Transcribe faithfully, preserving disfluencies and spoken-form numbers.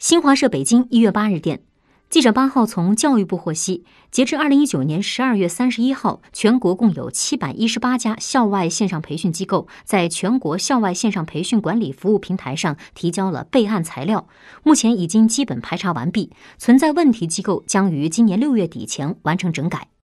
新华社北京一月八日电，记者八号从教育部获悉，截至二零一九年十二月三十一号，全国共有七百一十八家校外线上培训机构在全国校外线上培训管理服务平台上提交了备案材料，目前已经基本排查完毕，存在问题机构将于今年六月底前完成整改。